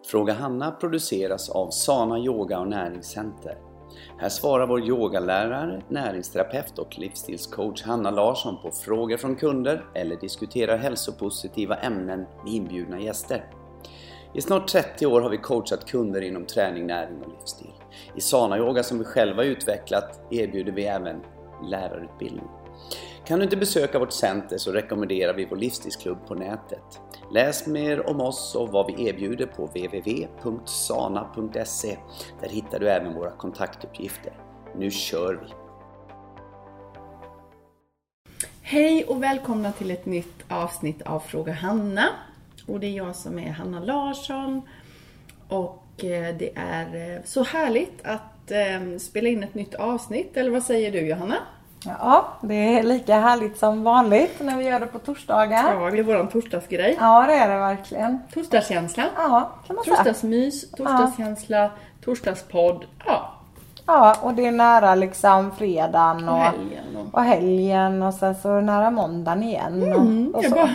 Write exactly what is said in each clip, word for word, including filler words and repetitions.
Fråga Hanna produceras av Sana Yoga och Näringscenter. Här svarar vår yogalärare, näringsterapeut och livsstilscoach Hanna Larsson på frågor från kunder eller diskuterar hälsopositiva ämnen med inbjudna gäster. I snart trettio år har vi coachat kunder inom träning, näring och livsstil. I Sana Yoga, som vi själva utvecklat, erbjuder vi även lärarutbildning. Kan du inte besöka vårt center så rekommenderar vi vår livsstilsklubb på nätet. Läs mer om oss och vad vi erbjuder på w w w punkt sana punkt se. Där hittar du även våra kontaktuppgifter. Nu kör vi! Hej och välkomna till ett nytt avsnitt av Fråga Hanna. Och det är jag som är Hanna Larsson. Och det är så härligt att spela in ett nytt avsnitt. Eller vad säger du, Johanna? Ja, det är lika härligt som vanligt när vi gör det på torsdagar. Ja, det är våran torsdagsgrej. Ja, det är det verkligen. Torsdagskänsla. Ja, kan man säga. Torsdagsmys, torsdagskänsla, ja. Torsdagspodd. Ja. Ja, och det är nära liksom fredagen och, och helgen. Och... och helgen och sen så nära måndagen igen. Mm, och, och så. så.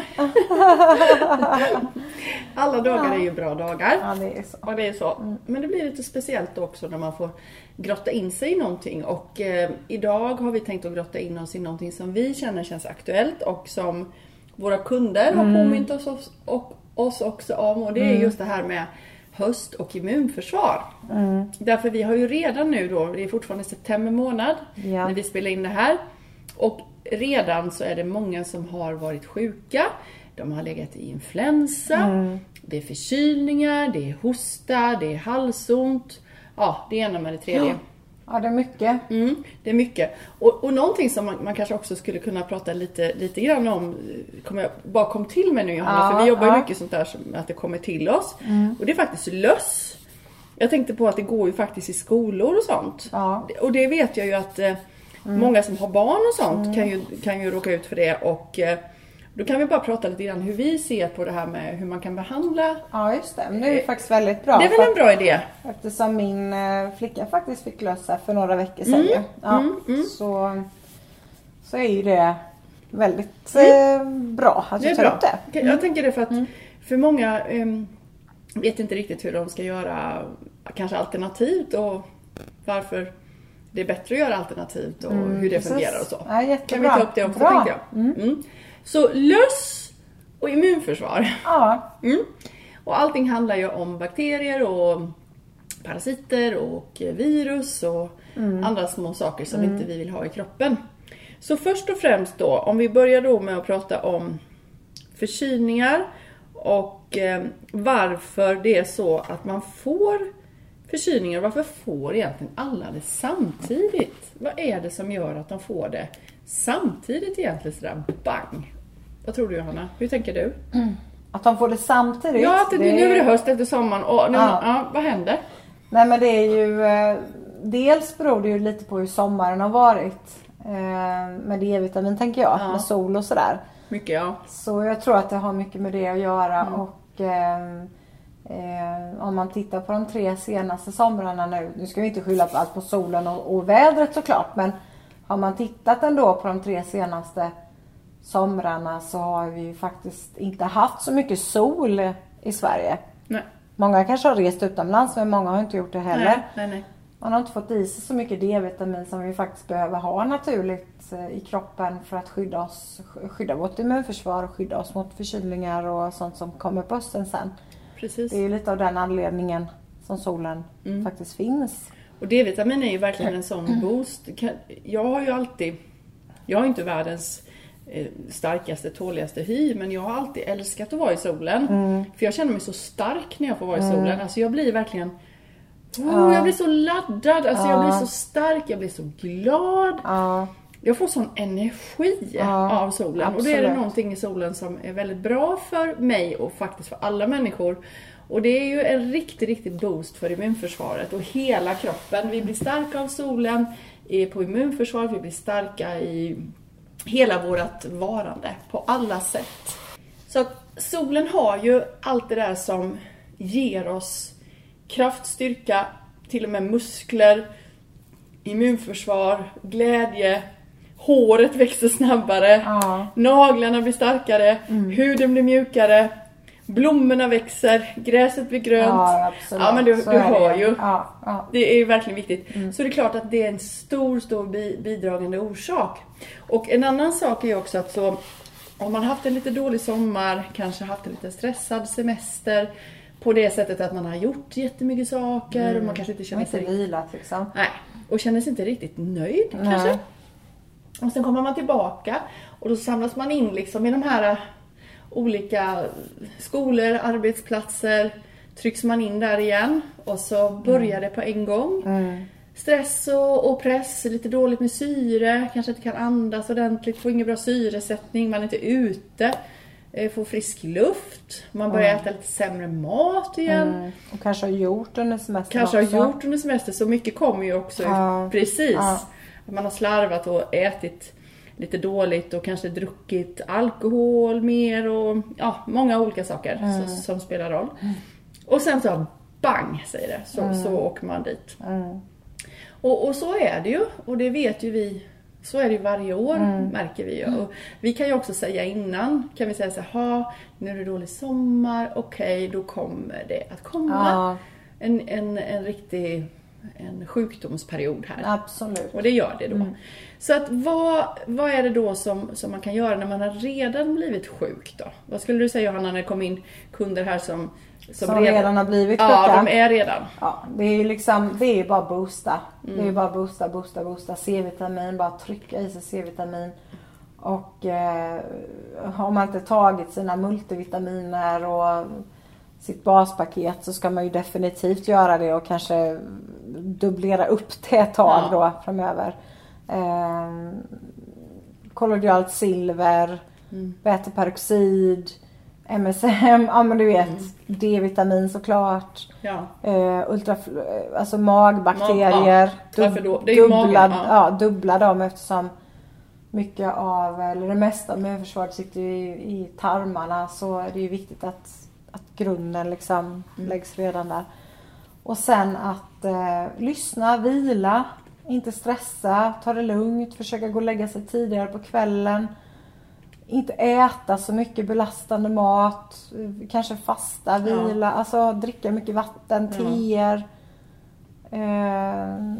Alla dagar ja. är ju bra dagar. Ja, det är så. Och det är så. Mm. Men det blir lite speciellt också när man får grotta in sig i någonting. Och eh, idag har vi tänkt att grotta in oss i någonting som vi känner känns aktuellt och som våra kunder mm. har påmint oss, oss, och, oss också om. Och det är mm. just det här med höst och immunförsvar. Mm. Därför vi har ju redan nu då, det är fortfarande september månad ja. när vi spelar in det här. Och redan så är det många som har varit sjuka. De har legat i influensa. Mm. Det är förkylningar, det är hosta, det är halsont. Ja, det ena med det tredje. Ja, ja det är mycket. Mm, det är mycket. Och, och någonting som man, man kanske också skulle kunna prata lite, lite grann om, kommer jag, bara kom till mig nu, Johanna, ja, för vi jobbar ju ja. mycket sånt där som att det kommer till oss. Mm. Och det är faktiskt löss. Jag tänkte på att det går ju faktiskt i skolor och sånt. Ja. Och det vet jag ju att eh, mm. många som har barn och sånt mm. kan, ju, kan ju råka ut för det. Och eh, då kan vi bara prata lite grann hur vi ser på det här med hur man kan behandla. Ja, just det. Men det är ju faktiskt väldigt bra. Det är väl en bra idé. Eftersom min flicka faktiskt fick lösa för några veckor sedan. Mm, ja, mm, mm. Så, så är ju det väldigt mm. bra att du tar upp det. Mm. Jag tänker det för att mm. för många um, vet inte riktigt hur de ska göra kanske alternativt och varför det är bättre att göra alternativt och mm, hur det precis. fungerar och så. Ja, jättebra. Kan vi ta upp det också, bra. tänkte jag. Mm. Mm. Så löss och immunförsvar. Ja. Mm. Och allting handlar ju om bakterier och parasiter och virus och mm. andra små saker som mm. inte vi vill ha i kroppen. Så först och främst då, om vi börjar då med att prata om förkylningar och eh, varför det är så att man får förkylningar. Varför får egentligen alla det samtidigt? Vad är det som gör att de får det samtidigt egentligen sådär bang? Vad tror du, Johanna? Hur tänker du? Mm. Att de får det samtidigt? Ja, att det, det... nu är det höst efter sommaren och nu, ja. Ja, vad händer? Nej, men det är ju eh, dels beror det ju lite på hur sommaren har varit eh, med D-vitamin, tänker jag, ja. med sol och sådär. Mycket, ja. Så jag tror att det har mycket med det att göra mm. och eh, Eh, om man tittar på de tre senaste somrarna nu, nu ska vi inte skylla på allt på solen och, och vädret såklart, men har man tittat ändå på de tre senaste somrarna så har vi ju faktiskt inte haft så mycket sol i Sverige. Nej. Många kanske har rest utomlands, men många har inte gjort det heller. Nej, nej, nej. Man har inte fått i sig så mycket D-vitamin som vi faktiskt behöver ha naturligt i kroppen för att skydda oss, skydda vårt immunförsvar och skydda oss mot förkylningar och sånt som kommer på hösten sen. Precis. Det är ju lite av den anledningen som solen mm. faktiskt finns. Och D-vitamin är ju verkligen en sån boost. Jag har ju alltid, jag har inte världens starkaste, tåligaste hy, men jag har alltid älskat att vara i solen. Mm. För jag känner mig så stark när jag får vara i solen. Mm. Alltså jag blir verkligen, oh, ja. jag blir så laddad. Alltså ja. jag blir så stark, jag blir så glad. Ja. Jag får sån energi ja, av solen. Absolut. Och det är det någonting i solen som är väldigt bra för mig och faktiskt för alla människor. Och det är ju en riktig, riktig boost för immunförsvaret och hela kroppen. Vi blir starka av solen på immunförsvaret, vi blir starka i hela vårt varande på alla sätt. Så att solen har ju allt det där som ger oss kraft, styrka, till och med muskler, immunförsvar, glädje. Håret växer snabbare, ja. naglarna blir starkare, mm. huden blir mjukare. blommorna växer, gräset blir grönt. Ja, absolut. Ja, men du, du hör ju. Ja, ja. Det är ju verkligen viktigt. Mm. Så det är klart att det är en stor, stor bi- bidragande orsak. Och en annan sak är ju också att så, om man haft en lite dålig sommar, kanske haft en lite stressad semester, på det sättet att man har gjort jättemycket saker mm. och man kanske inte känner sig... inte vilat liksom. Nej, och känner sig inte riktigt nöjd Nej. kanske. Och sen kommer man tillbaka och då samlas man in liksom i de här olika skolor, arbetsplatser, trycks man in där igen och så börjar det på en gång. Mm. Stress och, och press, lite dåligt med syre, kanske inte kan andas ordentligt, får ingen bra syresättning, man är inte ute, får frisk luft, man börjar mm. äta lite sämre mat igen. Mm. Och kanske har gjort under semester Kanske också. har gjort under semester, så mycket kommer ju också ja. precis. Ja. Man har slarvat och ätit lite dåligt och kanske druckit alkohol mer och ja, många olika saker mm. som, som spelar roll. Mm. Och sen så bang säger det, så, mm. så åker man dit. Mm. Och, och så är det ju, och det vet ju vi, så är det ju varje år mm. märker vi ju. Och vi kan ju också säga innan, kan vi säga så här, nu är det dålig sommar, okej, okay, då kommer det att komma ja. en, en, en riktig en sjukdomsperiod här. Absolut. Och det gör det då. Mm. Så att vad, vad är det då som, som man kan göra när man har redan blivit sjuk då? Vad skulle du säga, Johanna, när det kom in kunder här som som, som redan, redan har blivit sjuka? Ja, de är redan. Ja, det är ju liksom, det är ju bara boosta. Mm. Det är ju bara boosta, boosta, boosta. C-vitamin, bara trycka i sig C-vitamin. Och eh, har man inte tagit sina multivitaminer och sitt baspaket så ska man ju definitivt göra det och kanske dubblera upp det ett tag ja. då framöver. Eh, kollodialt silver, mm. beta-peroxid, M S M, ja men du vet, mm. D-vitamin såklart. Ja. Eh, ultra, alltså magbakterier. Ja. Dub, då? Det är dubbla, magen, ja. ja, dubbla dem eftersom mycket av, eller det mesta av immunförsvaret sitter ju i, i tarmarna, så är det ju viktigt att att grunden liksom mm. läggs redan där. Och sen att eh, lyssna, vila, inte stressa, ta det lugnt, försöka gå och lägga sig tidigare på kvällen. Inte äta så mycket belastande mat, kanske fasta, vila, ja. alltså dricka mycket vatten, ja. teer. Eh,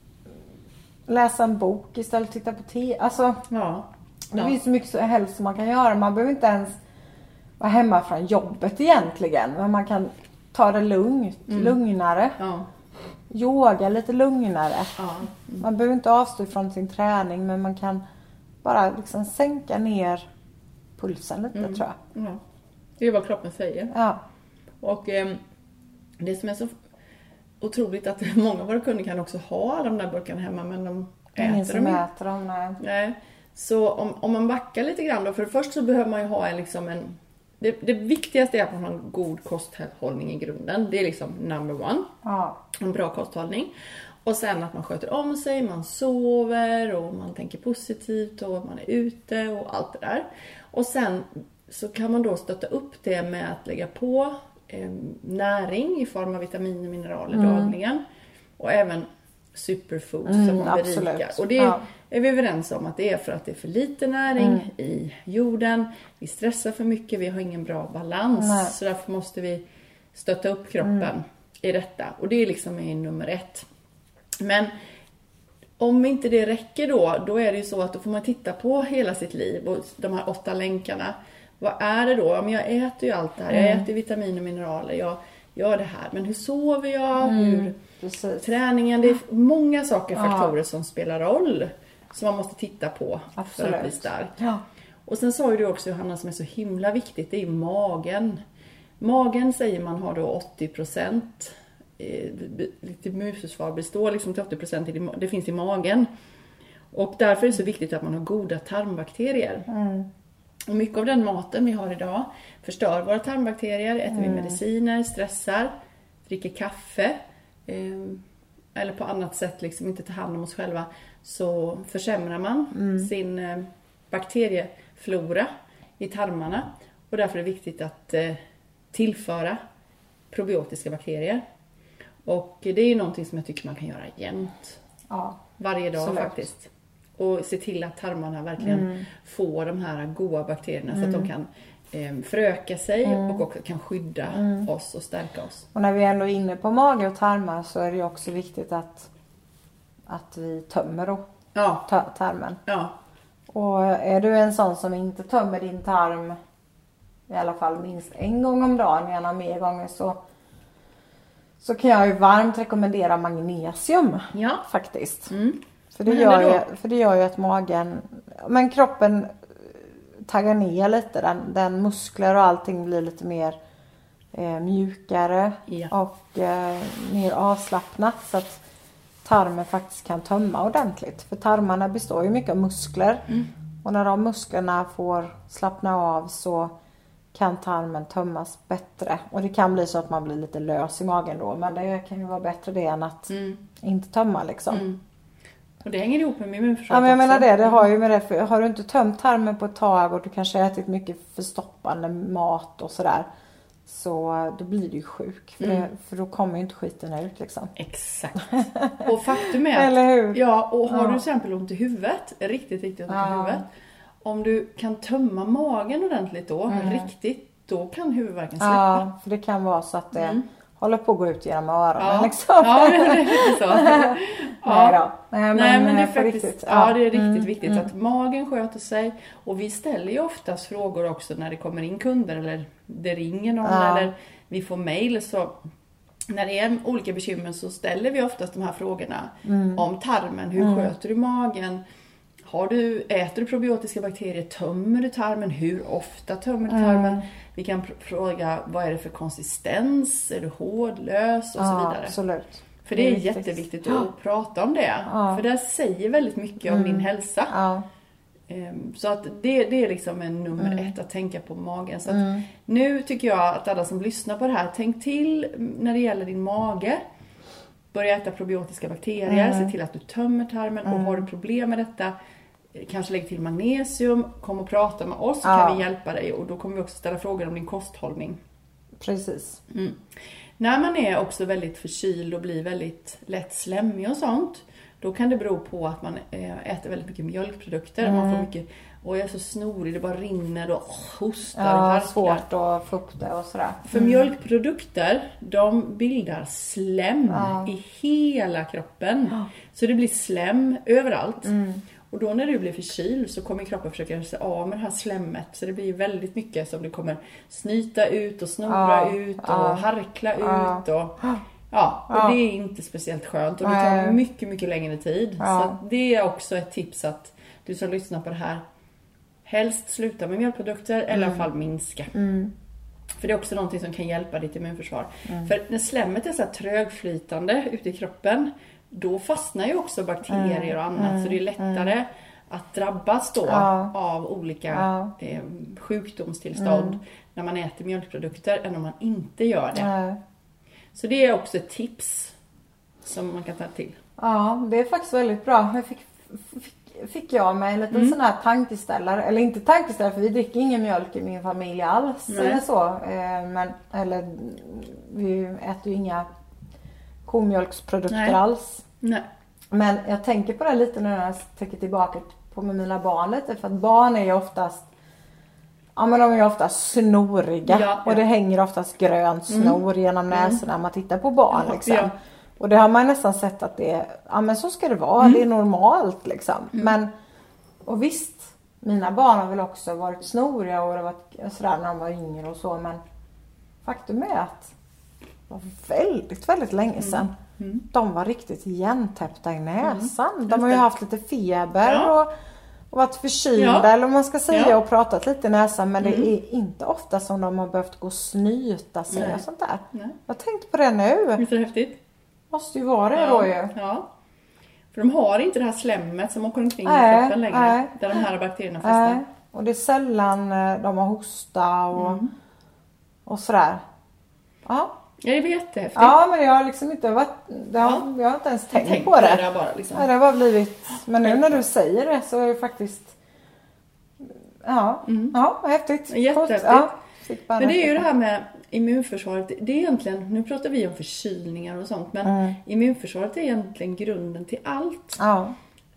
läsa en bok istället för att titta på te. Alltså, ja. det ja. finns så mycket så helst som man kan göra. Man behöver inte ens vara hemma från jobbet egentligen. Men man kan ta det lugnt, mm. lugnare. Ja. Yoga lite lugnare. Ja. Mm. Man behöver inte avstå från sin träning, men man kan bara liksom sänka ner pulsen lite, mm. tror jag. Ja. Det är vad kroppen säger. Ja. Och eh, det som är så otroligt att många av våra kunder kan också ha de där burkarna hemma, men de Ingen äter som dem äter dem, nej. nej. Så om, om man backar lite grann då, för det först så behöver man ju ha en liksom en det, det viktigaste är att man har en god kosthållning i grunden. Det är liksom number one. Ja. En bra kosthållning. Och sen att man sköter om sig, man sover och man tänker positivt och man är ute och allt det där. Och sen så kan man då stötta upp det med att lägga på eh, näring i form av vitaminer och mineraler mm. dagligen. Och även superfoods mm, som man berikar. Och det är, ja. är vi överens om att det är för att det är för lite näring mm. i jorden. Vi stressar för mycket, vi har ingen bra balans. Nej. Så därför måste vi stötta upp kroppen mm. i detta. Och det är liksom är nummer ett. Men om inte det räcker då, då är det ju så att då får man titta på hela sitt liv och de här åtta länkarna. Vad är det då? Ja, men jag äter ju allt det här. Jag Mm. äter vitaminer och mineraler. Jag gör det här. Men hur sover jag? Mm. Hur Precis. Träningen? Det är många saker, Ja. faktorer som spelar roll. Som man måste titta på Absolut. för att bli stark. Ja. Och sen sa ju du också, Johanna, som är så himla viktigt. Det är ju magen. Magen säger man har då åttio procent. Lite immunförsvar består liksom till åttio procent. I, det finns i magen. Och därför är det så viktigt att man har goda tarmbakterier. Mm. Och mycket av den maten vi har idag förstör våra tarmbakterier. Äter Mm. vi mediciner, stressar, dricker kaffe. Eh, eller på annat sätt liksom inte tar hand om oss själva. Så försämrar man Mm. sin eh, bakterieflora i tarmarna. Och därför är det viktigt att eh, tillföra probiotiska bakterier. Och det är ju någonting som jag tycker man kan göra jämt. Ja. Varje dag Absolut. faktiskt. Och se till att tarmarna verkligen Mm. får de här goda bakterierna Mm. så att de kan eh, föröka sig Mm. och också kan skydda Mm. oss och stärka oss. Och när vi ändå är inne på mage och tarmar så är det ju också viktigt att, att vi tömmer då, Ja, ta- tarmen. ja, Och är du en sån som inte tömmer din tarm i alla fall minst en gång om dagen, gärna mer gånger, så, så kan jag ju varmt rekommendera magnesium ja. faktiskt. Mm. För det, Vad gör händer ju, för det gör ju att magen, men kroppen taggar ner lite. Den, den muskler och allting blir lite mer eh, mjukare Ja. och eh, mer avslappnat. Så att tarmen faktiskt kan tömma ordentligt. För tarmarna består ju mycket av muskler. Mm. Och när de musklerna får slappna av så kan tarmen tömmas bättre. Och det kan bli så att man blir lite lös i magen då. Men det kan ju vara bättre det än att Mm. inte tömma liksom. Mm. Och det hänger ihop med immunförsvaret Ja, men jag också. menar det, det har ju med det, för har du inte tömt tarmen på ett tag och du kanske har ätit mycket förstoppande mat och sådär, så då blir du ju sjuk, för, Mm. det, för då kommer ju inte skiten ut liksom. Exakt. Och faktum är att, Eller hur? ja, och har Ja. du till exempel ont i huvudet, riktigt, riktigt ont i Ja. huvudet, om du kan tömma magen ordentligt då, Mm. riktigt, då kan huvudvärken släppa. Ja, för det kan vara så att det Mm. håller på att gå ut genom öronen Ja. liksom. Ja, det är lite så. Nej Ja. då. Nej, men, Nej, men det är på faktiskt, riktigt. ja, det är riktigt Mm, viktigt mm. att magen sköter sig. Och vi ställer ju oftast frågor också när det kommer in kunder eller det ringer någon Ja. eller vi får mejl. Så när det är olika bekymmer så ställer vi oftast de här frågorna Mm. om tarmen. Hur sköter du magen? Har du, äter du probiotiska bakterier? Tömmer du tarmen? Hur ofta tömmer du tarmen? Mm. Vi kan pr- fråga vad är det för konsistens? Är du hårdlös? Och så Ja, vidare. absolut. För det är viktigt. jätteviktigt att prata om det. Ja. För det säger väldigt mycket om Mm. din hälsa. Ja. Ehm, Så att det, det är liksom en nummer Mm. ett att tänka på magen. Så att Mm. nu tycker jag att alla som lyssnar på det här, tänk till när det gäller din mage. Börja äta probiotiska bakterier, Mm. se till att du tömmer tarmen. Och har du problem med detta, eh, kanske lägg till magnesium, kom och prata med oss så Ja. kan vi hjälpa dig. Och då kommer vi också ställa frågor om din kosthållning. Precis. Mm. När man är också väldigt förkyld och blir väldigt lätt slemmig och sånt, då kan det bero på att man eh, äter väldigt mycket mjölkprodukter. Mm. Man får mycket, och jag är så snorig, det bara rinner och hostar och Ja, harklar. svårt att få upp det och sådär. För mjölkprodukter, de bildar slem Ja. i hela kroppen. Ja. Så det blir slem överallt. Mm. Och då när du blir förkyld så kommer kroppen försöka göra sig av med det här slemmet. Så det blir väldigt mycket som det kommer snyta ut och snora Ja, ut och ja, harkla ja. ut. Och, ja, och Ja. det är inte speciellt skönt. Och det Nej. tar mycket, mycket längre tid. Ja. Så att det är också ett tips att du som lyssnar på det här helst sluta med mjölkprodukter eller i alla fall minska. Mm. För det är också någonting som kan hjälpa ditt immunförsvar. För när slemmet är så här trögflytande ute i kroppen, då fastnar ju också bakterier och annat. Så det är lättare att drabbas då Ja. av olika Ja. eh, sjukdomstillstånd när man äter mjölkprodukter än om man inte gör det. Nej. Så det är också ett tips som man kan ta till. Ja, det är faktiskt väldigt bra. Jag fick, fick, fick jag med en liten Mm. sån här tankeställare. Eller inte tankeställare, för vi dricker ingen mjölk i min familj alls. Nej. Eller så. Eh, Men, eller vi äter ju inga komjölksprodukter Nej. alls. Nej. Men jag tänker på det lite nu när jag tänker tillbaka på med mina barn lite. För att barn är ju oftast, ja men de är ju oftast snoriga. Ja, ja. Och det hänger oftast grönt snor genom näsorna när man tittar på barn Ja, liksom. ja. Och det har man nästan sett att det är, ja men så ska det vara, det är normalt liksom. Men, och visst, mina barn har väl också varit snoriga och det har varit sådär när de var yngre och så. Men faktum är att det var väldigt, väldigt länge sedan. Mm. De var riktigt igentäppta i näsan. Just De har ju det. haft lite feber Ja. och, och varit förkylda Ja. eller vad man ska säga Ja. och pratat lite i näsan. Men Mm. det är inte ofta som de har behövt gå och snyta sig Nej. och sånt där. Nej. Jag har tänkt på det nu. Visst är det häftigt? Måste ju vara det då ju. Ja. För de har inte det här slemmet som åker omkring Nej, i kroppen längre. nej. Där de här bakterierna fastnar. Nej. Och det är sällan eh, de har hosta och, Mm. och sådär. Ja. Ja, det är jättehäftigt. Ja, men jag har liksom inte varit, det har, Ja. jag har inte ens tänkt, Tänk på det. där bara liksom. Ja, det har bara blivit, men nu när du säger det så är det faktiskt, ja, Mm. ja, vad häftigt. Jättehäftigt. Ja, fick bara Men det är ju nästa. det här med immunförsvaret. Det är egentligen, nu pratar vi om förkylningar och sånt. Men Mm. immunförsvaret är egentligen grunden till allt. Ja,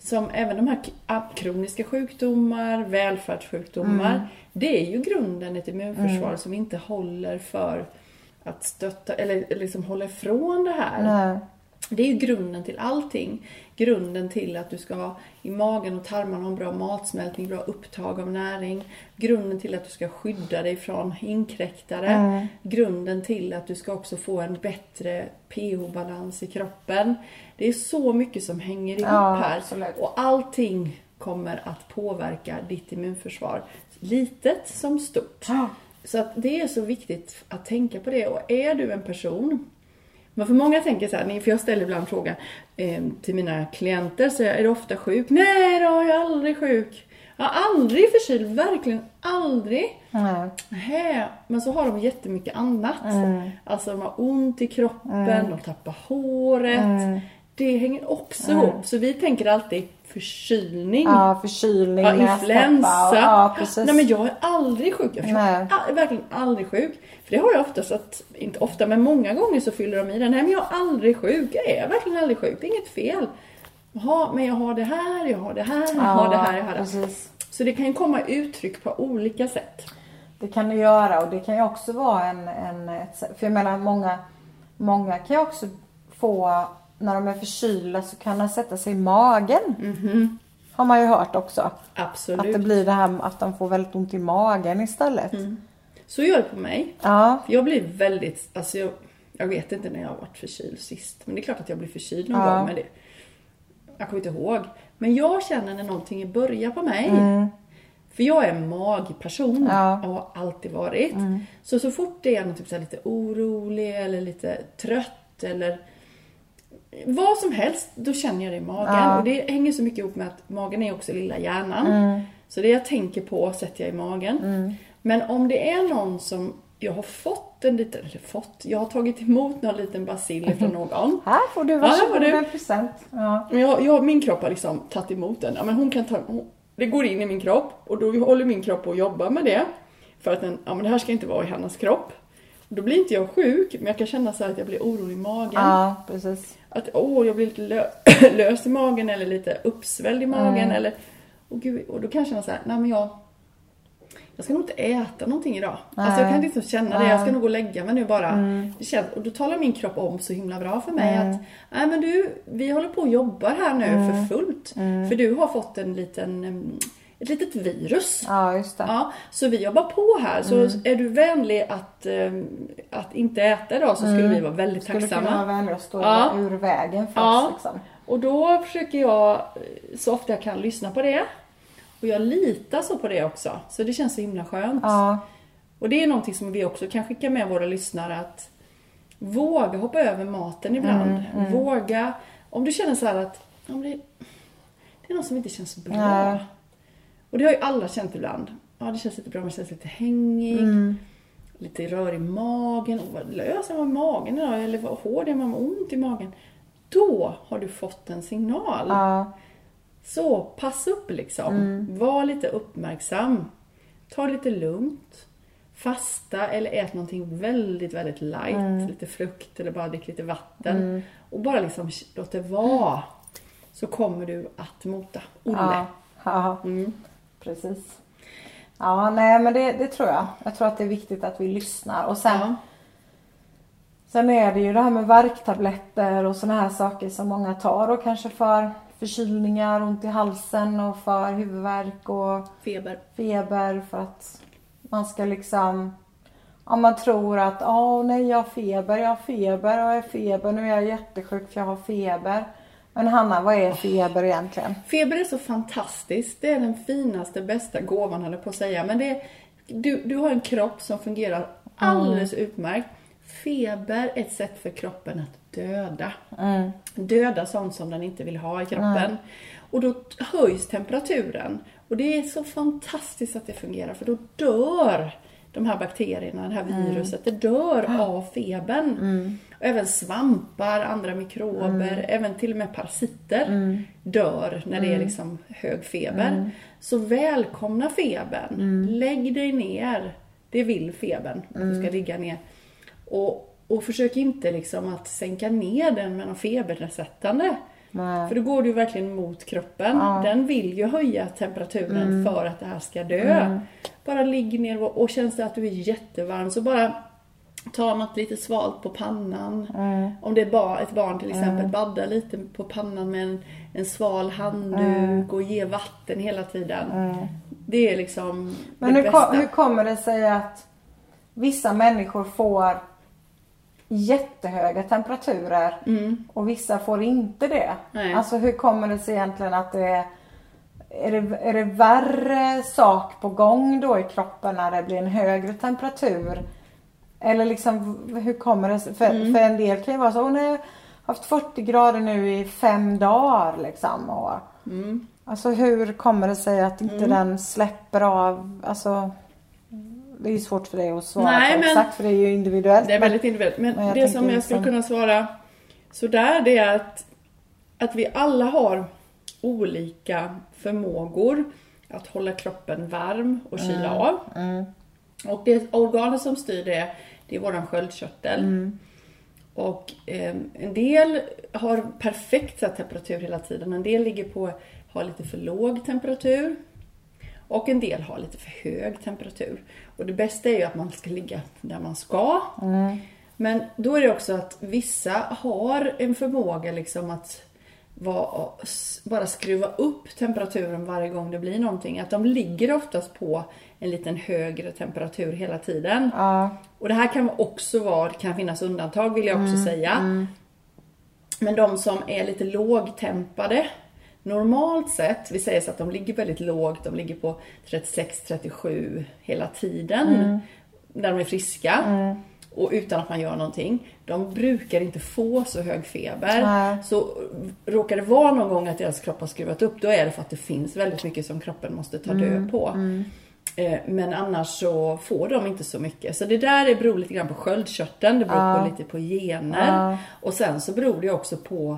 som även de här kroniska sjukdomar, välfärdssjukdomar, mm. det är ju grunden ett immunförsvar mm. som inte håller för att stötta, eller liksom håller ifrån det här. Nej. Det är ju grunden till allting. Grunden till att du ska ha i magen och tarmarna en bra matsmältning, bra upptag av näring. Grunden till att du ska skydda dig från inkräktare. Mm. Grunden till att du ska också få en bättre pH-balans i kroppen. Det är så mycket som hänger ihop ja, här. Absolut. Och allting kommer att påverka ditt immunförsvar. Litet som stort. Ja. Så att det är så viktigt att tänka på det. Och är du en person... Men för många tänker så här, för jag ställer ibland frågan eh, till mina klienter, så är du ofta sjuk? Nej då, jag är aldrig sjuk. Jag har aldrig förkyld, verkligen aldrig. Mm. Nähä, men så har de jättemycket annat. Mm. Alltså de har ont i kroppen, mm. de tappar håret. Mm. Det hänger också mm. ihop. Så vi tänker alltid förkylning. Ja, förkylning. Ja, influensa. Och, ja, precis. Nej, men jag är aldrig sjuk. Jag är all, verkligen aldrig sjuk. För det har jag ofta så att, inte ofta, men många gånger så fyller de i den. Nej, men jag är aldrig sjuk. Jag är verkligen aldrig sjuk. Det är inget fel. Jaha, men jag har det här, jag har det här, jag ja, har det här, jag har det. Precis. Så det kan ju komma uttryck på olika sätt. Det kan det göra, och det kan ju också vara en, en ett, för jag menar många, många kan ju också få, när de är förkylda så kan de sätta sig i magen. Mm-hmm. Har man ju hört också. Absolut. Att det blir det här att de får väldigt ont i magen istället. Mm. Så gör det på mig. Ja. För jag blir väldigt, alltså jag, jag vet inte när jag har varit förkyld sist. Men det är klart att jag blir förkyld någon ja. gång med det. Jag kommer inte ihåg. Men jag känner när någonting börjar på mig. Mm. För jag är en magperson. Ja. Och har alltid varit. Mm. Så så fort det är något typ så här lite orolig eller lite trött eller vad som helst, då känner jag det i magen. Ja. Och det hänger så mycket ihop med att magen är också lilla hjärnan. Mm. Så det jag tänker på sätter jag i magen. Mm. Men om det är någon som jag har fått en liten, eller fått, jag har tagit emot någon liten bacill från någon. Här får du, varsågod en present. Ja. Men jag, jag, min kropp har liksom tagit emot den. Ja, men hon kan ta, hon, det går in i min kropp och då håller min kropp på att jobba med det. För att den, ja, men det här ska inte vara i hennes kropp. Då blir inte jag sjuk, men jag kan känna så här att jag blir orolig i magen. Ja, precis. Att åh, jag blir lite lö- lös i magen eller lite uppsvälld i magen. Mm. Eller, och, gud, och då kan jag känna så här, nej men jag, jag ska nog inte äta någonting idag. Nej. Alltså jag kan inte känna det, jag ska nog gå och lägga mig nu bara. Mm. Det känns, och då talar min kropp om så himla bra för mig mm. att, nej men du, vi håller på och jobbar här nu mm. för fullt. Mm. För du har fått en liten... ett litet virus. Ja, just det. Ja, så vi jobbar på här. Så mm. är du vänlig att, att inte äta idag så skulle mm. vi vara väldigt skulle tacksamma. Skulle kunna vara vänlig att stå ja. ur vägen för ja. oss. Liksom. Och då försöker jag så ofta jag kan lyssna på det. Och jag litar så på det också. Så det känns så himla skönt. Ja. Och det är någonting som vi också kan skicka med våra lyssnare. Att våga hoppa över maten ibland. Mm, mm. Våga. Om du känner så här att om det, det är något som inte känns bra. Ja. Och det har ju alla känt ibland. Ja, det känns lite bra, men det känns lite hängig. Mm. Lite rör i magen. Och vad löser man magen idag? Eller vad hård är man med ont i magen? Då har du fått en signal. Ja. Så, pass upp liksom. Mm. Var lite uppmärksam. Ta lite lugnt. Fasta eller ät någonting väldigt, väldigt light. Mm. Lite frukt eller bara drick lite vatten. Mm. Och bara liksom låt det vara. Mm. Så kommer du att mota Olle. Ja. Ja. Mm. Precis. Ja, nej men det, det tror jag. Jag tror att det är viktigt att vi lyssnar. Och sen, ja. sen är det ju det här med värktabletter och såna här saker som många tar. Och kanske för förkylningar, ont i halsen och för huvudvärk och feber. feber för att man ska liksom... Om man tror att åh nej jag har feber, jag har feber och jag har feber. Nu är jag jättesjuk för jag har feber. Men Hanna, vad är feber egentligen? Feber är så fantastiskt. Det är den finaste, bästa gåvan, höll jag på att säga. Men det är, du, du har en kropp som fungerar alldeles mm. utmärkt. Feber är ett sätt för kroppen att döda. Mm. Döda sånt som den inte vill ha i kroppen. Mm. Och då höjs temperaturen. Och det är så fantastiskt att det fungerar. För då dör de här bakterierna, det här viruset. Mm. Det dör mm. av febern. Mm. Och även svampar, andra mikrober, mm. även till och med parasiter mm. dör när det är liksom hög feber. Mm. Så välkomna febern. Mm. Lägg dig ner. Det vill febern. Mm. Att du ska ligga ner. Och, och försök inte liksom att sänka ner den med någon febernedsättande. Nej. För då går du verkligen mot kroppen. Ja. Den vill ju höja temperaturen mm. för att det här ska dö. Mm. Bara ligg ner och, och känns det att du är jättevarm så bara ta något lite svalt på pannan. Mm. Om det är bara ett barn till exempel, mm. badda lite på pannan med en, en sval handduk mm. och ge vatten hela tiden. Mm. Det är liksom Men det hur, bästa. Kom, hur kommer det sig att vissa människor får jättehöga temperaturer mm. och vissa får inte det? Nej. Alltså hur kommer det sig egentligen att det är Är det, är det värre sak på gång då i kroppen när det blir en högre temperatur? Eller liksom, hur kommer det sig? För, mm. för en del kan ju vara så, hon har haft fyrtio grader nu i fem dagar liksom. Och, mm. Alltså hur kommer det sig att inte mm. den släpper av, alltså det är ju svårt för dig att svara Nej, på men, exakt för det är ju individuellt. Det är väldigt individuellt, men, men det som jag liksom... skulle kunna svara sådär det är att, att vi alla har olika förmågor att hålla kroppen varm och kyla mm. av. Mm. Och det organet som styr det, det är våran sköldkörtel. Mm. Och eh, en del har perfekt temperatur hela tiden. En del ligger på, har lite för låg temperatur. Och en del har lite för hög temperatur. Och det bästa är ju att man ska ligga där man ska. Mm. Men då är det också att vissa har en förmåga liksom att var, bara skruva upp temperaturen varje gång det blir någonting. Att de ligger oftast på en liten högre temperatur hela tiden. Ja. Och det här kan också vara, kan finnas undantag vill jag också mm, säga. Mm. Men de som är lite lågtempade, normalt sett, vi säger så att de ligger väldigt lågt, de ligger på trettiosex trettiosju hela tiden. Mm. När de är friska. Mm. Och utan att man gör någonting. De brukar inte få så hög feber. Nej. Så råkar det vara någon gång att deras kropp har skruvat upp. Då är det för att det finns väldigt mycket som kroppen måste ta död mm. på. Mm. Eh, men annars så får de inte så mycket. Så det där beror lite grann på sköldkörteln. Det beror ja. på lite på gener. Ja. Och sen så beror det också på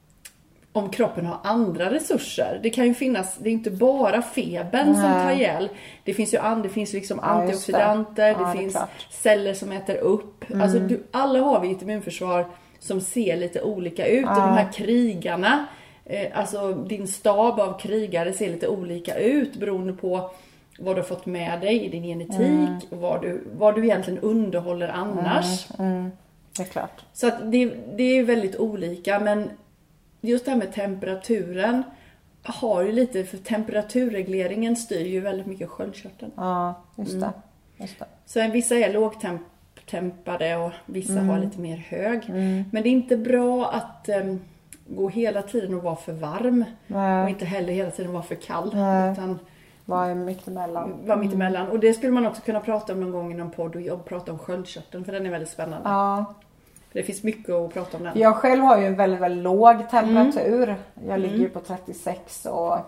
om kroppen har andra resurser. Det kan ju finnas, det är inte bara febern Nej. som tar ihjäl. Det finns ju and, det finns liksom ja, antioxidanter, det, ja, det finns det celler som äter upp. Mm. Alltså du, alla har vi ett immunförsvar som ser lite olika ut. Ja. Och de här krigarna, eh, alltså din stab av krigare ser lite olika ut beroende på vad du har fått med dig i din genetik mm. och vad du, vad du egentligen underhåller annars. Mm. Mm. Det är klart. Så att det, det är väldigt olika, men just det här med temperaturen har ju lite, för temperaturregleringen styr ju väldigt mycket sköldkörteln. Ja, just det. Mm. Just det. Så vissa är lågtempade och vissa mm. har lite mer hög. Mm. Men det är inte bra att um, gå hela tiden och vara för varm. Nej. Och inte heller hela tiden vara för kall. Nej. Utan var mittemellan. Var mittemellan. Mm. Och det skulle man också kunna prata om någon gång i någon podd och prata om sköldkörteln, för den är väldigt spännande. Ja. Det finns mycket att prata om den. Jag själv har ju en väldigt, väldigt låg temperatur. Mm. Jag ligger ju på trettiosex och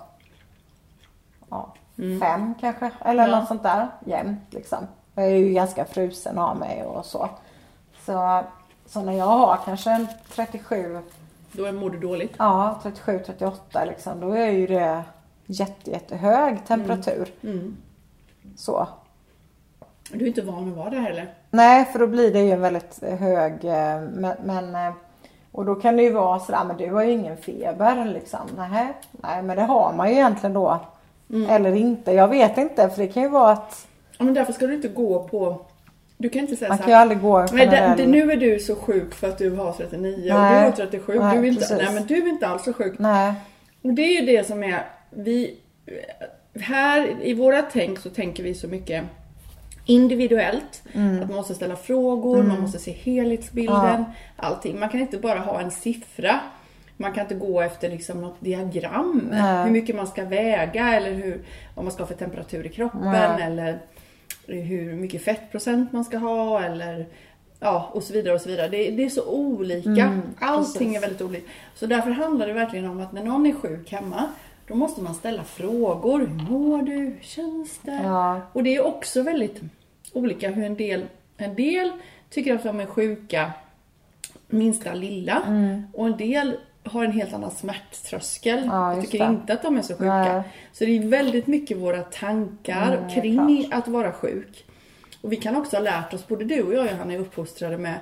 ja, mm. fem kanske. Eller ja. något sånt där. Jämnt liksom. Jag är ju ganska frusen av mig och så. Så, så när jag har kanske en trettiosju. Då mår du dåligt? Ja, trettiosju trettioåtta liksom. Då är ju det jätte, jättehög temperatur. Mm. Mm. Så. Du är inte van att vara där heller. Nej, för då blir det ju en väldigt hög, men, men och då kan det ju vara sådär, men du har ju ingen feber liksom. Nej, nej men det har man ju egentligen då. Mm. Eller inte, jag vet inte, för det kan ju vara att... Ja, men därför ska du inte gå på... Du kan inte säga man så här... Man kan ju aldrig gå men det, det, nu är du så sjuk för att du har trettionio nej. Och du har trettiosju. Nej, du är inte, nej, men du är inte alls så sjuk. Nej. Och det är ju det som är... Vi, här i våra tänk så tänker vi så mycket... individuellt, mm. att man måste ställa frågor, mm. man måste se helhetsbilden, ja. allting. Man kan inte bara ha en siffra. Man kan inte gå efter liksom något diagram, Nej. hur mycket man ska väga eller hur, vad man ska ha för temperatur i kroppen Nej. eller hur mycket fettprocent man ska ha eller ja, och så vidare och så vidare. Det, det är så olika. Mm, allting är väldigt olika. Så därför handlar det verkligen om att när någon är sjuk hemma, då måste man ställa frågor. Hur mår du? Hur känns det? Ja. Och det är också väldigt olika hur en del, en del tycker att de är sjuka minsta lilla. Mm. Och en del har en helt annan smärttröskel. Ja, jag tycker det. inte att de är så sjuka. Nej. Så det är väldigt mycket våra tankar mm, kring att vara sjuk. Och vi kan också ha lärt oss, både du och jag, han är uppfostrade med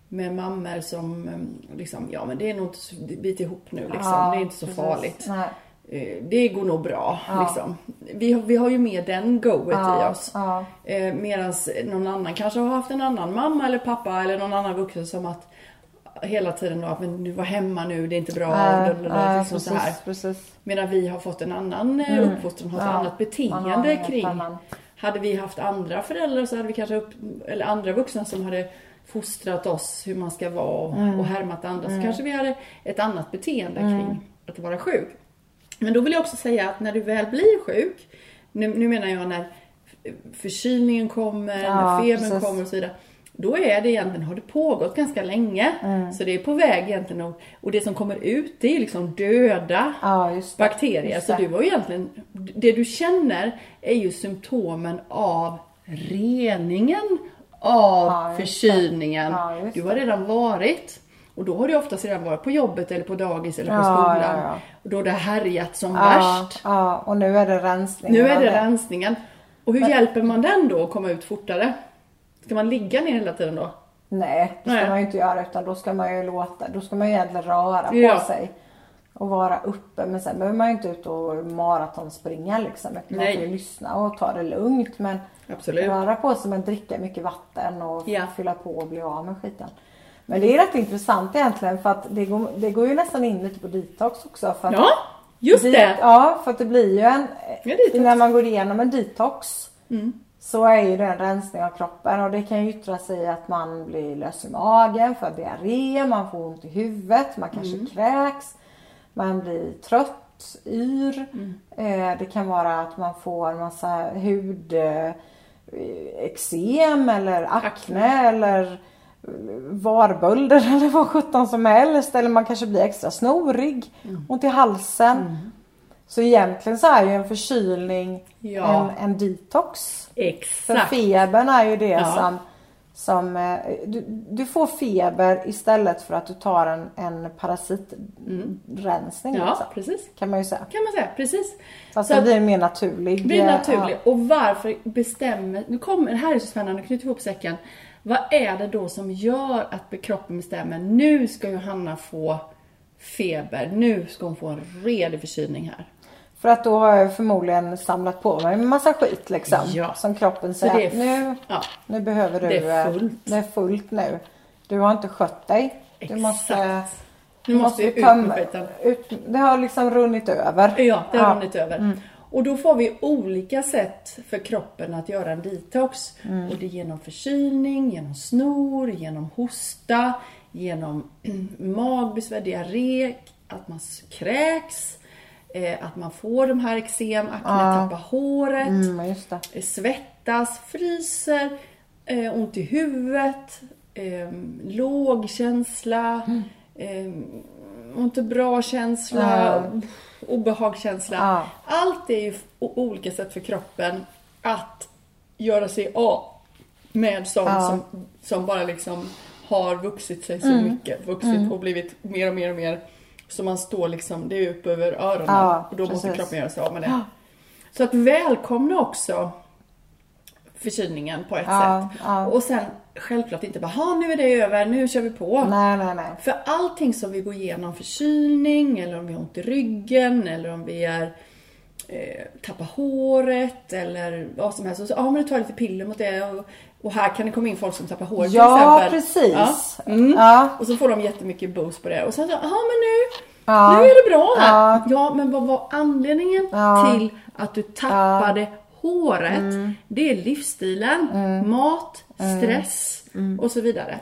med mammor som liksom, ja men det är nog inte så, bit ihop nu liksom. Ja, det är inte så precis. farligt. Nej. Det går nog bra Ja. liksom. vi, har, vi har ju med den goet Ja, i oss. ja. Eh, Medan någon annan kanske har haft en annan mamma eller pappa eller någon annan vuxen som att hela tiden då, men du var hemma nu, det är inte bra. Äh, och äh, liksom så här. precis, precis. Medan vi har fått en annan Mm. mm. uppfostran, har ett Ja, annat man har beteende en kring. annan. Hade vi haft andra föräldrar så hade vi kanske upp, eller andra vuxna som hade fostrat oss hur man ska vara Mm. och härmat andra, Mm. så kanske vi hade ett annat beteende Mm. kring att vara sjuk. Men då vill jag också säga att när du väl blir sjuk, nu, nu menar jag när förkylningen kommer, Ja, när febern precis. kommer och så vidare. Då är det egentligen, har det pågått ganska länge. Mm. Så det är på väg egentligen. Och, och det som kommer ut, det är liksom döda Ja, just det. bakterier. Just Så det. du var egentligen, det du känner är ju symptomen av reningen av Ja, just det. förkylningen. Ja, just Du har redan varit. Och då har du oftast redan varit på jobbet eller på dagis eller på Ja, skolan. ja, ja. Och då har det härjat som Ja, värst. ja, och nu är det rensning. Nu är av det rensningen. Och hur Men- hjälper man den då att komma ut fortare? Ska man ligga ner hela tiden då? Nej, det ska Nej. man ju inte göra, utan då ska man ju låta, då ska man ju egentligen röra på Ja. sig och vara uppe. Men sen behöver man ju inte ut och maratonspringa liksom. Man Nej. får ju lyssna och ta det lugnt, men Absolut. röra på sig, men dricka mycket vatten och Ja. fylla på och bli av med skiten. Men det är rätt intressant egentligen, för att det går, det går ju nästan in lite på detox också. För att Ja, just det. Ja, för att det blir ju en, Ja, detox. när man går igenom en detox Mm. så är ju det en rensning av kroppen, och det kan ju yttra sig i att man blir lös i magen, för diarré, man får ont i huvudet, man kanske Mm. kräks, man blir trött, yr. Mm. Eh, det kan vara att man får en massa hud, eh, eksem eller akne, Akne. eller eh, varbölder eller vad sjutton som helst, eller man kanske blir extra snorig, Mm. ont i halsen. Så egentligen så är ju en förkylning Ja. en, en detox. För Exakt. febern är ju det Ja. som, som eh, du, du får feber istället för att du tar en, en parasitrensning. Ja, liksom, precis. kan man ju säga. Kan man säga, precis. Fast Så det att- blir mer naturlig. Det blir eh, naturligt. Och varför bestämmer, nu kommer, det här är så spännande, knyta ihop säcken. Vad är det då som gör att kroppen bestämmer, nu ska Johanna få feber, nu ska hon få en redig förkylning här. För att då har jag förmodligen samlat på mig en massa skit liksom. Ja. Som kroppen Så säger, det är att f- nu, Ja, nu behöver du, det är eh, fullt. det är fullt nu. Du har inte skött dig. Du exakt. måste, nu måste vi ut tömma- med skiten. ut, det har liksom runnit över. Ja, det har Ja. runnit över. Och då får vi olika sätt för kroppen att göra en detox. Och det är genom förkylning, genom snor, genom hosta, genom magbesvär, diarré, att man kräks, eh, att man får de här eksem, akne, tappar håret, Mm, just det. eh, svettas, fryser, eh, ont i huvudet, eh, låg känsla, eh, inte bra känsla, obehagskänsla. Ja. Allt är ju o- olika sätt för kroppen att göra sig av med sånt Ja. som, som bara liksom har vuxit sig så mycket. Vuxit och blivit mer och mer och mer. Så man står liksom, det är upp över öronen. Ja, och då måste precis. kroppen göra sig av med det. Så att välkomna också förkylningen på ett Ja, sätt. ja. Och sen självklart inte bara, ha nu är det över, nu kör vi på. Nej, nej, nej. För allting som vi går igenom, förkylning, eller om vi har ont i ryggen, eller om vi är eh, tappar håret, eller vad som helst. Och så, ja, men du tar lite piller mot det. Och, och här kan det komma in folk som tappar håret Ja, till exempel. precis. Ja. Mm. Ja. Och så får de jättemycket boost på det. Och sen så, ja men nu, Ja. nu är det bra här. Ja. Ja, men vad var anledningen Ja. till att du tappade håret? Det är livsstilen, mat, stress och så vidare.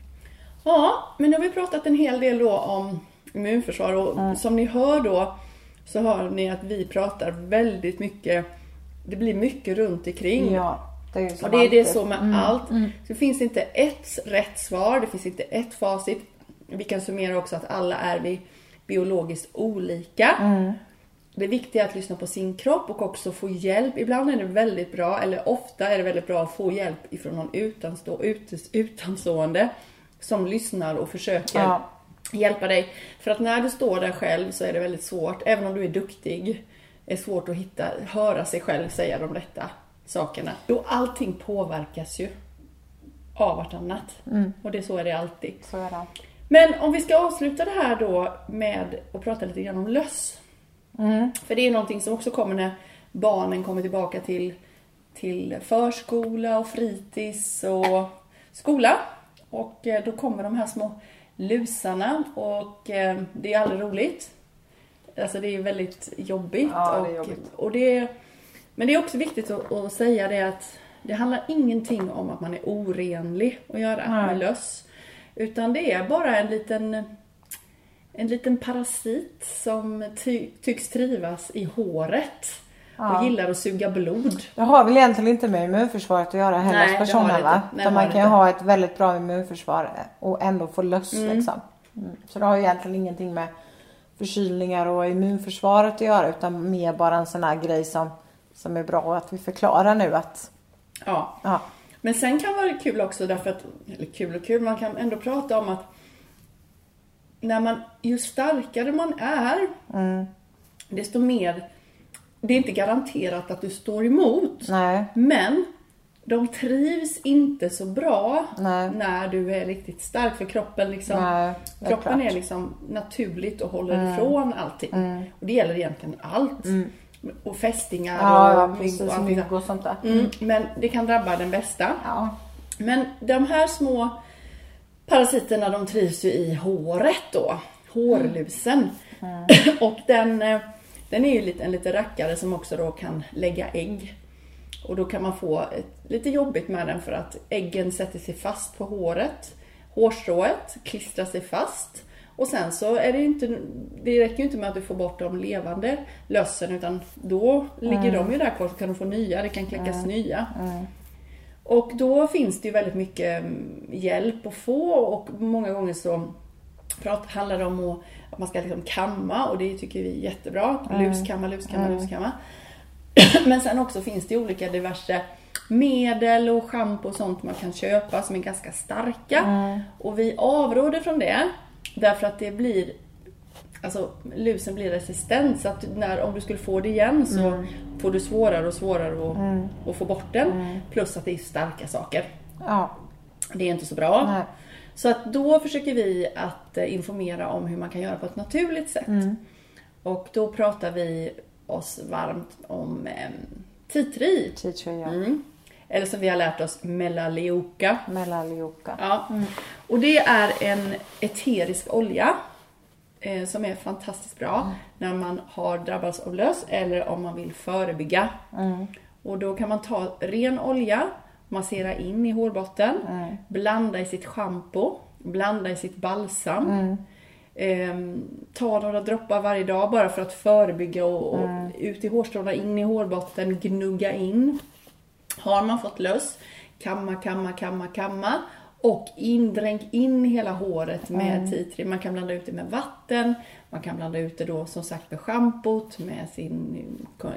Ja, men nu har vi pratat en hel del då om immunförsvar. Och som ni hör då, så hör ni att vi pratar väldigt mycket. Det blir mycket runt omkring. Ja, det är ju som Och det är det alltid. så med allt. Så det finns inte ett rätt svar, det finns inte ett facit. Vi kan summera också att alla är vi biologiskt olika. Det viktiga är att lyssna på sin kropp och också få hjälp. Ibland är det väldigt bra, eller ofta är det väldigt bra att få hjälp ifrån någon utanstå, utas, utanstående som lyssnar och försöker Ja. hjälpa dig. För att när du står där själv så är det väldigt svårt, även om du är duktig, är svårt att hitta, höra sig själv säga de rätta sakerna. Då allting påverkas ju av vartannat. Mm. Och det så är det alltid. Så är det. Men om vi ska avsluta det här då med att prata lite grann om löss. Mm. För det är någonting som också kommer när barnen kommer tillbaka till, till förskola och fritids och skola. Och då kommer de här små lusarna och det är aldrig roligt. Alltså det är väldigt jobbigt. Ja, och, det är jobbigt. Och det, men det är också viktigt att, att säga det att det handlar ingenting om att man är orenlig att göra mm. med löss. Utan det är bara en liten, en liten parasit som ty, tycks trivas i håret. Ja. Och gillar att suga blod. Det har väl egentligen inte med immunförsvaret att göra heller. Nej, personer, va? Nej, man kan ju ha ett väldigt bra immunförsvar och ändå få löss. Mm. Liksom. Mm. Så det har ju egentligen ingenting med förkylningar och immunförsvaret att göra. Utan mer bara en sån här grej som, som är bra att vi förklarar nu. Att, ja. ja. Men sen kan det vara kul också därför att, eller kul och kul, man kan ändå prata om att när man, ju starkare man är, mm. desto mer, det är inte garanterat att du står emot. Nej. Men de trivs inte så bra Nej. när du är riktigt stark för kroppen liksom. Nej, är kroppen klart. är liksom naturligt och håller Mm. ifrån allting. Mm. Och det gäller egentligen allt. Mm. Och fästingar ja, och ja, precis, och allt mygg och sånt där. Mm. Men det kan drabba den bästa. Ja. Men de här små parasiterna, de trivs ju i håret då. Hårlusen. Mm. Och den, den är ju lite, en liten rackare som också då kan lägga ägg. Och då kan man få ett, lite jobbigt med den för att äggen sätter sig fast på håret. Hårstrået klistrar sig fast. Och sen så är det ju inte, det räcker ju inte med att du får bort de levande lössen utan då ligger mm. de ju där kvar så kan du få nya, det kan kläckas mm. nya. Mm. Och då finns det ju väldigt mycket hjälp att få och många gånger så prat, handlar det om att man ska liksom kamma och det tycker vi är jättebra. Mm. Luskamma, luskamma, Mm. luskamma. Men sen också finns det olika diverse medel och shampoo och sånt man kan köpa som är ganska starka. Mm. Och vi avråder från det därför att det blir, alltså lusen blir resistent så att när, om du skulle få det igen så mm. får du svårare och svårare att, mm. att få bort den. Mm. Plus att det är starka saker. Ja. Det är inte så bra. Nej. Så att då försöker vi att informera om hur man kan göra på ett naturligt sätt. Mm. Och då pratar vi oss varmt om eh, tea tree. Tea tree, ja. Mm. Eller som vi har lärt oss melaleuca. Melaleuca. Ja. Mm. Och det är en eterisk olja eh, som är fantastiskt bra mm. när man har drabbats av löss eller om man vill förebygga. Mm. Och då kan man ta ren olja, massera in i hårbotten, mm. blanda i sitt shampoo, blanda i sitt balsam. Mm. Eh, ta några droppar varje dag bara för att förebygga och, mm. och ut i hårstråna, in i hårbotten, gnugga in. Har man fått löss, kamma, kamma, kamma, kamma och indränk in hela håret med mm. tea tree. Man kan blanda ut det med vatten, man kan blanda ut det då som sagt med schampot, med sin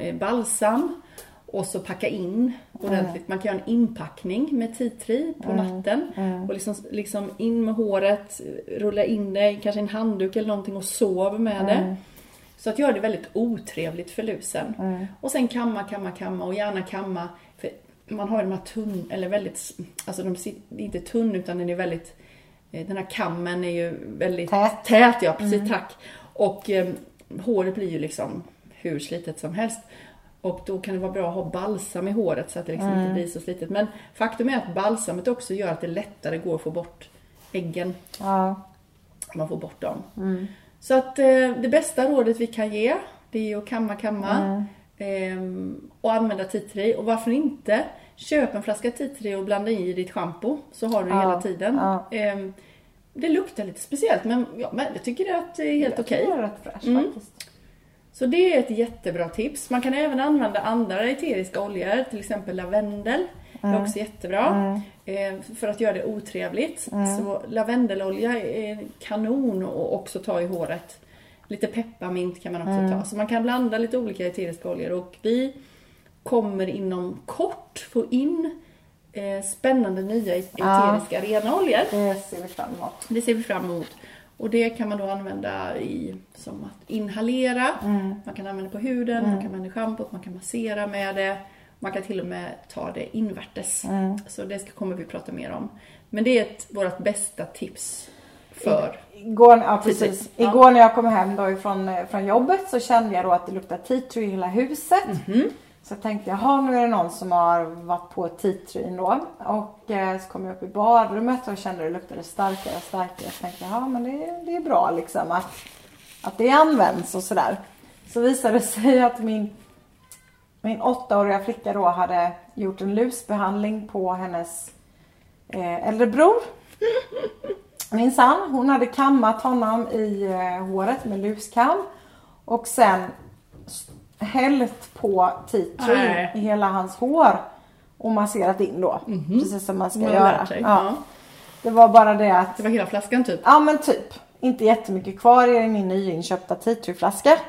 balsam och så packa in ordentligt. Mm. Man kan göra en inpackning med tea tree på mm. natten mm. och liksom, liksom in med håret, rulla in det, kanske en handduk eller någonting och sov med mm. det. Så att göra det väldigt otrevligt för lusen. Mm. Och sen kamma, kamma, kamma och gärna kamma. För man har ju de här tunn, eller väldigt, alltså de är inte tunn utan den är väldigt, den här kammen är ju väldigt tät. tät ja, precis, mm. tack. Och eh, håret blir ju liksom hur slitet som helst. Och då kan det vara bra att ha balsam i håret så att det liksom mm. inte blir så slitet. Men faktum är att balsamet också gör att det lättare går att få bort äggen. Ja. Man får bort dem. Mm. Så att eh, det bästa rådet vi kan ge, det är att kamma, kamma. Mm. Eh, och använda tea tree. Och varför inte? Köp en flaska tea tree och blanda i ditt shampoo. Så har du det ja. hela tiden. Ja. Eh, det luktar lite speciellt. Men, ja, men jag tycker att det är helt okej. Det är rätt fräscht mm. faktiskt. Så det är ett jättebra tips. Man kan även använda andra eteriska oljor. Till exempel lavendel. Mm. Det är också jättebra. Mm. Eh, för att göra det otrevligt. Mm. Så lavendelolja är kanon och också ta i håret. Lite pepparmint kan man också mm. ta. Så man kan blanda lite olika eteriska oljor. Och vi kommer inom kort få in eh, spännande nya eteriska ja. rena oljor. Det ser vi fram emot. Det ser vi fram emot. Och det kan man då använda i, som att inhalera. Mm. Man kan använda på huden, mm. man kan använda i schampot, man kan massera med det. Man kan till och med ta det invärtes. Mm. Så det ska, kommer vi prata mer om. Men det är ett, vårt bästa tips för... Igår, ja, precis. Ja. Igår när jag kom hem då ifrån, från jobbet så kände jag då att det luktar tea tree i hela huset. Mm-hmm. Så jag tänkte, jaha, nu är det någon som har varit på tea tree då. Och eh, så kom jag upp i badrummet och kände att det luktade starkare och starkare. Jag tänkte, ja men det, det är bra liksom att, att det används och sådär. Så visade det sig att min, min åttaåriga flicka då hade gjort en lusbehandling på hennes eh, äldre bror. Minsann, hon hade kammat honom i eh, håret med luskam. Och sen hällt på tea tree i hela hans hår. Och masserat in då. Mm-hmm. Precis som man ska man göra. Ja. Ja. Det var bara det att... Det var hela flaskan typ? Ja men typ. Inte jättemycket kvar i min nyinköpta tea tree flaska.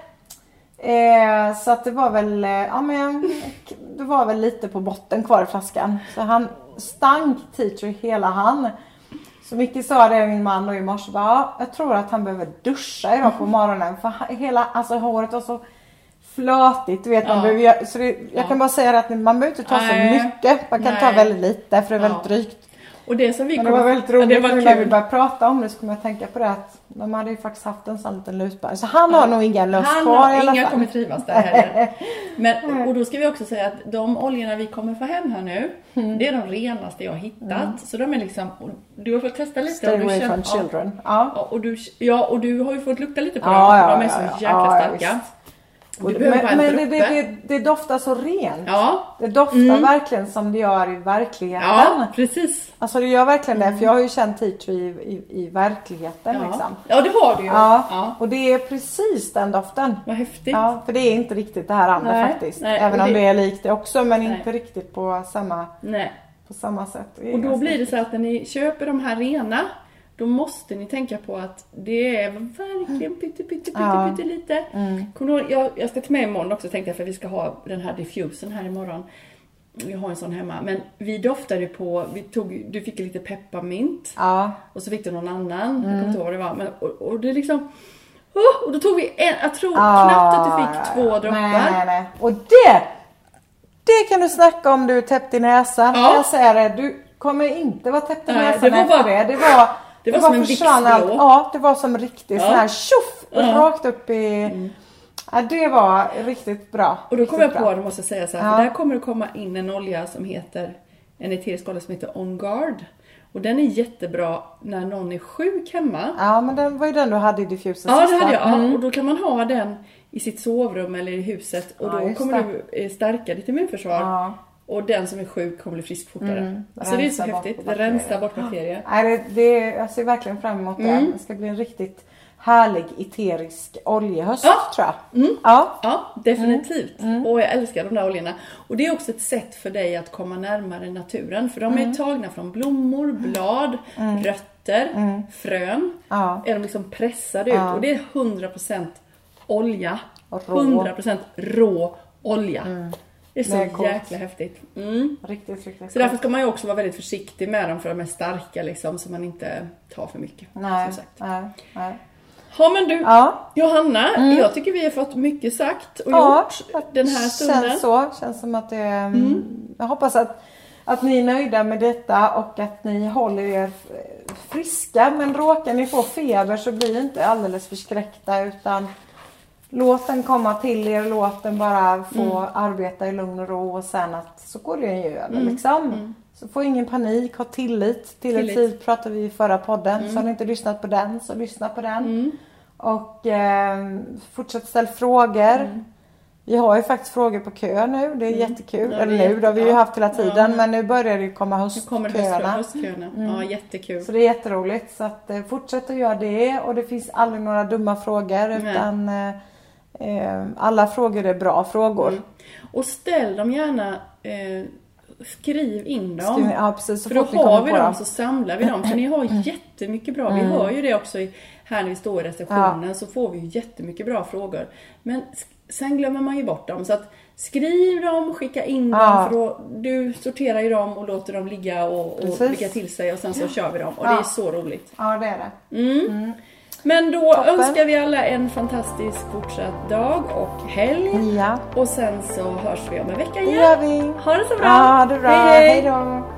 Eh, så att det var väl... Ja men det var väl lite på botten kvar i flaskan. Så han stank tea tree hela han. Så Micke sa det min man och i morse. Bara, ja, jag tror att han behöver duscha idag på morgonen. För hela alltså, håret var så flötigt. Du vet, ja. man behöver göra, så det, jag ja. kan bara säga att man behöver inte ta Nej. så mycket. Man kan Nej. ta väldigt lite för det är väldigt ja. drygt. Och det som vi Men det var väldigt roligt det var nu när vi började prata om det så kommer jag tänka på det att de hade ju faktiskt haft en sån liten lusbär. Så han ja. har nog inga löss kvar har, i alla inga fall. kommer trivas där heller. Men, och då ska vi också säga att de oljorna vi kommer få hem här nu, mm. det är de renaste jag har hittat. Mm. Så de är liksom, du har fått testa lite. Stay och du away känner, from children. Ja. Ja. Och du, ja, och du har ju fått lukta lite på ja, dem. Ja, de är ja, så ja, jäkla ja, starka. Ja, men men det, det, det, det doftar så rent. Ja. Det doftar mm. verkligen som det gör i verkligheten. Ja, precis. Alltså det gör verkligen det. För jag har ju känt tea tree i, i, i verkligheten. Ja. Liksom. Ja, det har du ju. Ja. Ja. Och det är precis den doften. Vad häftigt. Ja, för det är inte riktigt det här andra nej, faktiskt. nej, Även om det... det är likt det också. Men nej. inte riktigt på samma, nej. på samma sätt. Och då blir det så att när ni köper de här rena, då måste ni tänka på att det är verkligen pytte, pytte, pytte, ja. pytte lite. Mm. Jag, jag ska ta med imorgon också tänkte jag för vi ska ha den här diffusen här imorgon. Jag har en sån hemma. Men vi doftade på, vi tog, du fick lite pepparmint. Ja. Och så fick du någon annan. Mm. Jag kommer inte ihåg vad det var. Men, och, och det liksom, oh, och då tog vi en, jag tror ah, knappt att du fick två droppar. Nej, nej, nej. Och det, det kan du snacka om du är täppt i näsan. Ja. Jag säger det, du kommer inte vara täppt i nej, näsan det var efter bara, det. Det var... Det var, det var som en blixtblå. Ja, det var som riktigt ja. sån här tjoff ja. rakt upp i... Mm. Ja, det var riktigt bra. Och då kommer jag på, bra. det måste jag säga så här, ja. för där kommer det komma in en olja som heter, en eterisk olja som heter On Guard. Och den är jättebra när någon är sjuk hemma. Ja, men den var ju den du hade i diffusen. Ja, det hade jag. Mm. Ja, och då kan man ha den i sitt sovrum eller i huset. Och ja, då kommer det. du stärka ditt immunförsvar. Ja. Och den som är sjuk kommer bli frisk fortare. Mm. Alltså det är så häftigt. Det rensar bort bakterier. Nej, det, det, jag ser verkligen fram emot det. Mm. Det ska bli en riktigt härlig eterisk oljehöst ja. tror jag. Mm. Ja. ja, definitivt. Mm. Och jag älskar de där oljorna. Och det är också ett sätt för dig att komma närmare naturen. För de är mm. tagna från blommor, blad, mm. rötter, mm. frön. Ja. Är de liksom pressade ut. Ja. Och det är hundra procent olja. Rå. hundra procent rå olja. Mm. Det är så det är jäkla häftigt. Mm. Riktigt, riktigt. Så därför ska man ju också vara väldigt försiktig med dem för de är starka liksom. Så man inte tar för mycket. Nej, som sagt. nej, nej. Ja men du, ja. Johanna, mm. jag tycker vi har fått mycket sagt och ja, gjort den här stunden. Känns så, känns som att det mm. jag hoppas att, att ni är nöjda med detta och att ni håller er friska. Men råkar ni få feber så blir inte alldeles förskräckta utan låt den komma till er, låt den bara få mm. arbeta i lugn och ro och sen att så går det ju över mm. liksom. Mm. Så få ingen panik, ha tillit. Tillit, tillit pratade vi i förra podden. Mm. Så har ni inte lyssnat på den så lyssna på den. Mm. Och eh, fortsätt ställa frågor. Mm. Vi har ju faktiskt frågor på kö nu. Det är mm. jättekul. Ja, Eller nu, det har vi ju haft hela tiden. Ja. Men nu börjar det komma höstköerna. Nu kommer höstköerna. Mm. Ja, jättekul. Så det är jätteroligt. Så att, eh, fortsätt att göra det. Och det finns aldrig några dumma frågor. Nej. Utan eh, eh, alla frågor är bra frågor. Mm. Och ställ dem gärna... Eh, skriv in dem. Skriv, ja, precis, så för då har vi dem, dem så samlar vi dem. För ni har jättemycket bra. Mm. Vi hör ju det också i, här när vi står i receptionen. Ja. Så får vi ju jättemycket bra frågor. Men sen glömmer man ju bort dem. Så att skriv dem, skicka in ja. dem. För då, du sorterar ju dem och låter dem ligga och, och ligga till sig. Och sen så kör vi dem. Och ja. det är så roligt. Ja, det är det. Mm. Mm. Men då Toppen. önskar vi alla en fantastisk fortsatt dag och helg. Ja. Och sen så hörs vi om en vecka Det igen. gör vi. Ha det så bra. Ja, det är bra. Hej, hej. Hej då.